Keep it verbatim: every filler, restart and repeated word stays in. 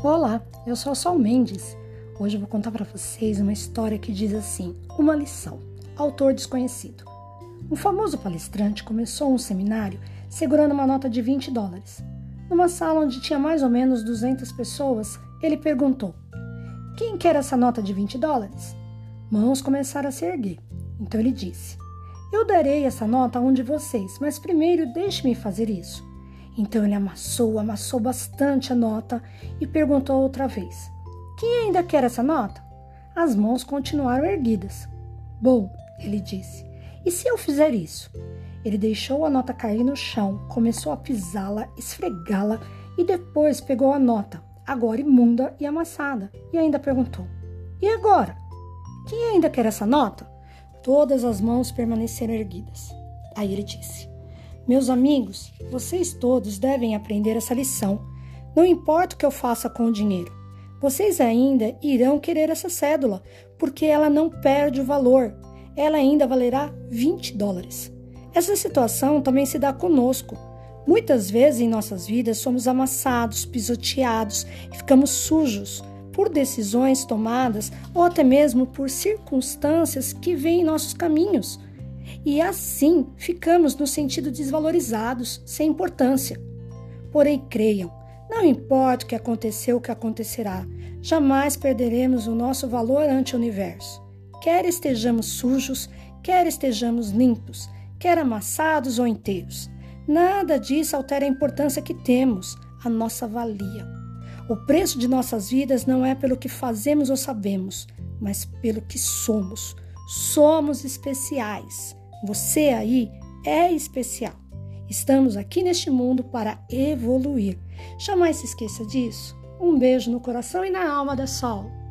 Olá, eu sou a Sol Mendes. Hoje eu vou contar para vocês uma história que diz assim: Uma lição, autor desconhecido. Um famoso palestrante começou um seminário segurando uma nota de vinte dólares. Numa sala onde tinha mais ou menos duzentas pessoas, ele perguntou: Quem quer essa nota de vinte dólares? Mãos começaram a se erguer. Então ele disse: Eu darei essa nota a um de vocês, mas primeiro deixe-me fazer isso. Então ele amassou, amassou bastante a nota e perguntou outra vez: Quem ainda quer essa nota? As mãos continuaram erguidas. Bom, ele disse, e se eu fizer isso? Ele deixou a nota cair no chão, começou a pisá-la, esfregá-la e depois pegou a nota, agora imunda e amassada, e ainda perguntou: E agora? Quem ainda quer essa nota? Todas as mãos permaneceram erguidas. Aí ele disse: Meus amigos, vocês todos devem aprender essa lição. Não importa o que eu faça com o dinheiro. Vocês ainda irão querer essa cédula, porque ela não perde o valor. Ela ainda valerá vinte dólares. Essa situação também se dá conosco. Muitas vezes em nossas vidas somos amassados, pisoteados e ficamos sujos por decisões tomadas ou até mesmo por circunstâncias que vêm em nossos caminhos. E assim ficamos no sentido desvalorizados, sem importância. Porém, creiam, não importa o que aconteceu ou o que acontecerá, jamais perderemos o nosso valor ante o universo. Quer estejamos sujos, quer estejamos limpos, quer amassados ou inteiros. Nada disso altera a importância que temos, a nossa valia. O preço de nossas vidas não é pelo que fazemos ou sabemos, mas pelo que somos. Somos especiais. Você aí é especial. Estamos aqui neste mundo para evoluir. Jamais se esqueça disso. Um beijo no coração e na alma da Sol.